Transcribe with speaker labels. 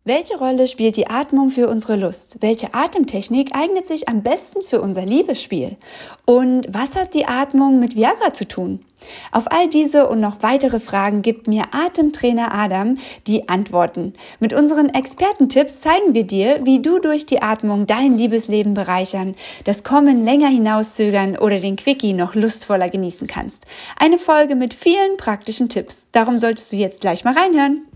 Speaker 1: Welche Rolle spielt die Atmung für unsere Lust? Welche Atemtechnik eignet sich am besten für unser Liebesspiel? Und was hat die Atmung mit Viagra zu tun? Auf all diese und noch weitere Fragen gibt mir Atemtrainer Adam die Antworten. Mit unseren Expertentipps zeigen wir dir, wie du durch die Atmung dein Liebesleben bereichern, das Kommen länger hinauszögern oder den Quickie noch lustvoller genießen kannst. Eine Folge mit vielen praktischen Tipps. Darum solltest du jetzt gleich mal reinhören.